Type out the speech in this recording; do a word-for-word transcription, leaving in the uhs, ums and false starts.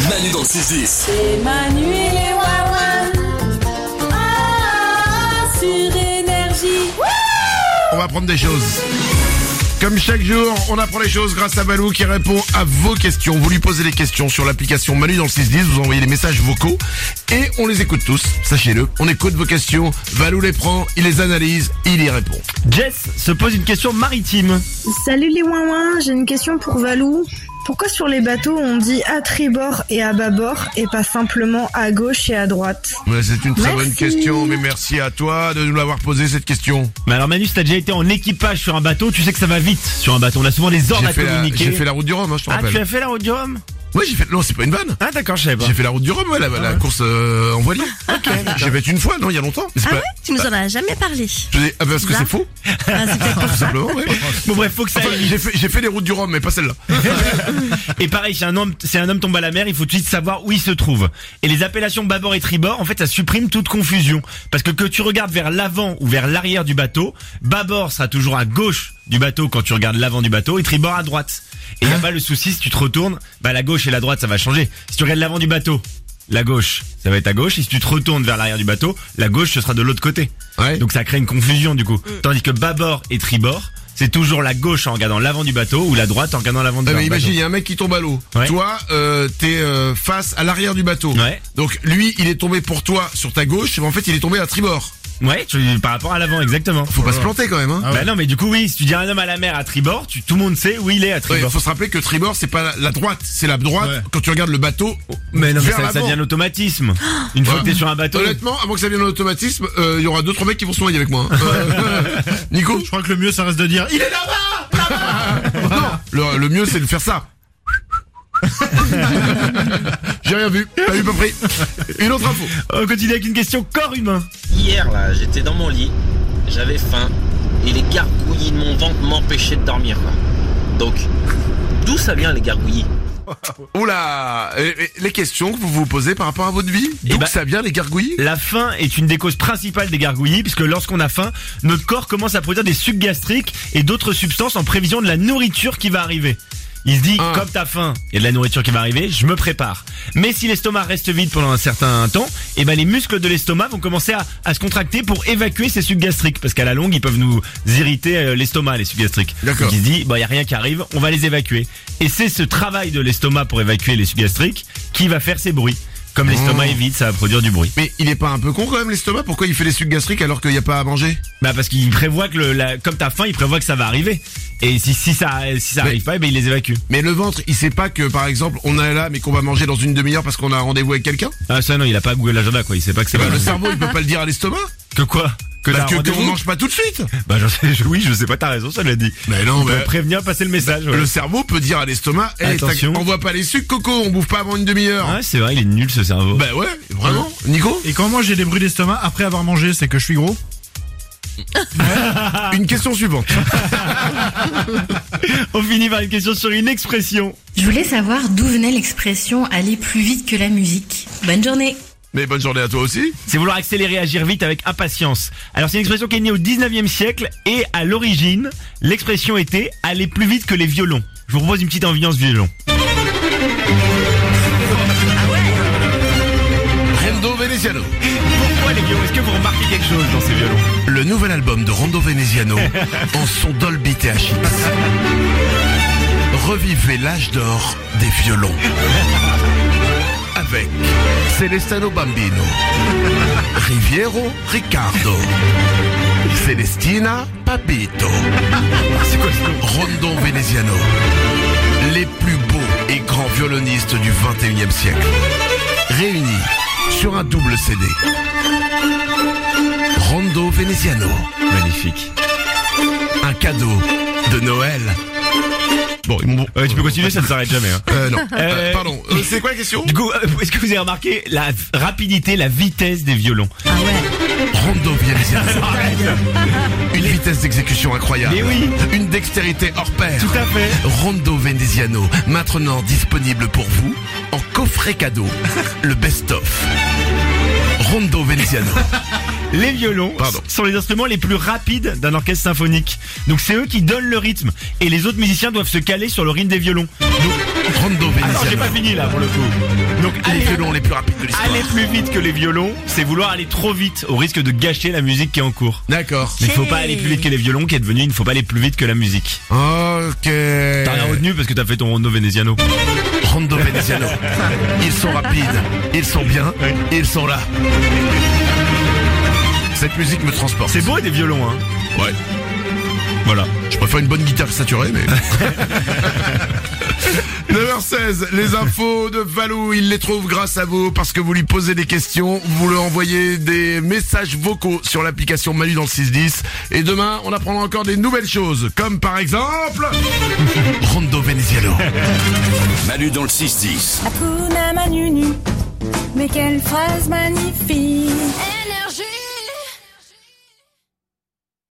Manu dans le six dix. C'est Manu et les Wawan. Ah, sur Énergie. On va apprendre des choses. Comme chaque jour, on apprend les choses grâce à Balou qui répond à vos questions. Vous lui posez des questions sur l'application Manu dans le six dix, vous envoyez des messages vocaux et on les écoute tous, sachez-le. On écoute vos questions, Balou les prend, il les analyse, il y répond. Jess se pose une question maritime. Salut les ouin-ouin, j'ai une question pour Valou. Pourquoi sur les bateaux on dit à tribord et à bâbord et pas simplement à gauche et à droite? Ouais, c'est une très Merci. bonne question, mais merci à toi de nous l'avoir posé cette question. Mais alors Manu, si t'as déjà été en équipage sur un bateau, tu sais que ça va vite sur un bateau. On a souvent des ordres J'ai à fait, la, communiquer. j'ai fait la route du Rhum, hein, je te Ah, rappelle. tu as fait la route du Rhum? Ouais, j'ai fait. Non, c'est pas une vanne. Ah d'accord, je savais pas. J'ai fait la route du Rhum, ouais, la, la course euh, en voilier. J'ai fait une fois, non, il y a longtemps. Mais c'est Ah pas... ouais? Tu nous en as jamais parlé. Je dis, ah, parce que Là. c'est faux, Ah, c'est peut-être pour tout ça. simplement. Ouais. Bon bref, faut que ça Enfin, aille vite. j'ai fait, j'ai fait les routes du Rhum, mais pas celle-là. Et pareil, si un homme, si un homme tombe à la mer, il faut tout de suite savoir où il se trouve. Et les appellations bâbord et tribord, en fait, ça supprime toute confusion. Parce que que tu regardes vers l'avant ou vers l'arrière du bateau, bâbord sera toujours à gauche du bateau quand tu regardes l'avant du bateau et tribord à droite. Et y a pas le souci, si tu te retournes, bah la gauche et la droite ça va changer. Si tu regardes l'avant du bateau, la gauche, ça va être à gauche. Et si tu te retournes vers l'arrière du bateau, la gauche ce sera de l'autre côté. Ouais. Donc ça crée une confusion du coup. Tandis que bâbord et tribord, c'est toujours la gauche en regardant l'avant du bateau ou la droite en regardant l'avant du Ah, bateau. mais imagine, il y a un mec qui tombe à l'eau. Ouais. Toi, euh, t'es euh, face à l'arrière du bateau. Ouais. Donc lui, il est tombé pour toi sur ta gauche, mais en fait, il est tombé à tribord. Ouais, tu, par rapport à l'avant, exactement. Faut pas se planter quand même, hein. Bah non, mais du coup, oui, si tu dis un homme à la mer à tribord, tu, tout le monde sait où il est à Ouais, tribord. faut se rappeler que tribord, c'est pas la, la droite, c'est la droite Ouais. quand tu regardes le bateau. mais non, mais vers ça, ça l'avant. devient un automatisme. Une fois Ouais. que t'es sur un bateau. Honnêtement, avant que ça vienne en automatisme, il y aura deux trois mecs qui vont se noyer avec moi. hein. Euh, Nico. Je crois que le mieux, ça reste de dire, il est là-bas! Non, le, le mieux c'est de faire ça. J'ai rien vu, pas vu, pas pris. Une autre info. On continue avec une question corps humain. Hier, là, j'étais dans mon lit, j'avais faim, et les gargouillis de mon ventre m'empêchaient de dormir, quoi. Donc, d'où ça vient, les gargouillis? Oula, euh, les questions que vous vous posez par rapport à votre vie, d'où bah- que ça vient les gargouillis? La faim est une des causes principales des gargouillis, puisque lorsqu'on a faim, notre corps commence à produire des sucs gastriques et d'autres substances en prévision de la nourriture qui va arriver. Il se dit, Ah. comme t'as faim, il y a de la nourriture qui va arriver, je me prépare. Mais si l'estomac reste vide pendant un certain temps, eh ben les muscles de l'estomac vont commencer à, à se contracter pour évacuer ces sucs gastriques, parce qu'à la longue, ils peuvent nous irriter euh, l'estomac, les sucs gastriques. D'accord. Donc il se dit, bah il y a rien qui arrive, on va les évacuer. Et c'est ce travail de l'estomac pour évacuer les sucs gastriques qui va faire ces bruits. Comme l'estomac Oh. est vide, ça va produire du bruit. Mais il est pas un peu con quand même l'estomac? Pourquoi il fait les sucs gastriques alors qu'il n'y a pas à manger? Bah parce qu'il prévoit que le, la, comme t'as faim, il prévoit que ça va arriver. Et si, si ça, si ça Mais- arrive pas, eh ben il les évacue. Mais le ventre, il sait pas que par exemple on est là mais qu'on va manger dans une demi-heure parce qu'on a un rendez-vous avec quelqu'un? Ah ça non, il a pas Google l'agenda quoi, il sait pas que c'est Bah, pas le cerveau il peut pas le dire à l'estomac? Que quoi? Que Bah, t'as un que, que rendez-vous on mange pas tout de suite? Bah j'en sais, je- oui, je sais pas, t'as raison, ça l'a dit. Mais non, Il peut mais prévenir, passer le message. Ouais, le cerveau peut dire à l'estomac, hey, Attention. on voit pas les sucres coco, on bouffe pas avant une demi-heure. Ouais, c'est vrai, il est nul ce cerveau. Bah ouais, vraiment. Nico? Et quand moi j'ai des bruits d'estomac après avoir mangé, c'est que je suis gros? Une question suivante. On finit par une question sur une expression. Je voulais savoir d'où venait l'expression aller plus vite que la musique. Bonne journée. Mais bonne journée à toi aussi. C'est vouloir accélérer, agir vite avec impatience. Alors c'est une expression qui est née au dix-neuvième siècle et à l'origine, l'expression était aller plus vite que les violons. Je vous propose une petite ambiance violon. Rondo Veneziano. Pourquoi les violons? Est-ce que vous remarquez quelque chose dans ces violons? Le nouvel album de Rondo Veneziano en son Dolby T H X. Revivez l'âge d'or des violons. Avec Celestano Bambino, Riviero Riccardo, Celestina Papito. C'est quoi ce nom? Rondo Veneziano, les plus beaux et grands violonistes du vingt et unième siècle, réunis sur un double C D. Rondo Veneziano, Magnifique. un cadeau de Noël. Bon, ils m'ont... Ouais, tu peux continuer, ça ne s'arrête jamais. Hein. Euh, non, Euh, Euh, pardon, Euh, c'est quoi la question? Du coup, euh, est-ce que vous avez remarqué la rapidité, la vitesse des violons? Ah ouais. Rondo Veneziano, une vitesse d'exécution incroyable. Mais oui. Une dextérité hors pair. Tout à fait. Rondo Veneziano, maintenant disponible pour vous en coffret cadeau, le best-of. Rondo Veneziano. Les violons Pardon. sont les instruments les plus rapides d'un orchestre symphonique. Donc c'est eux qui donnent le rythme. Et les autres musiciens doivent se caler sur le rythme des violons. Donc, Rondo ah non, j'ai Veneziano. pas fini là pour le coup. Donc Les aller, violons les plus rapides de l'histoire. aller plus vite que les violons, c'est vouloir aller trop vite au risque de gâcher la musique qui est en cours. D'accord. Mais il faut pas aller plus vite que les violons qui est devenu il ne faut pas aller plus vite que la musique. Ok. T'as rien retenu parce que t'as fait ton rondo veneziano. Rondo Veneziano. Ils sont rapides, ils sont bien, ils sont là. Cette musique me transporte. C'est beau des violons hein. Ouais. Voilà. Je préfère une bonne guitare saturée, mais... neuf heures seize, les infos de Valou, il les trouve grâce à vous, parce que vous lui posez des questions, vous lui envoyez des messages vocaux sur l'application Manu dans le six dix, et demain, on apprendra encore des nouvelles choses, comme par exemple... Rondo Veneziano. Manu dans le six dix. Hakuna Manu nu, mais quelle phrase magnifique.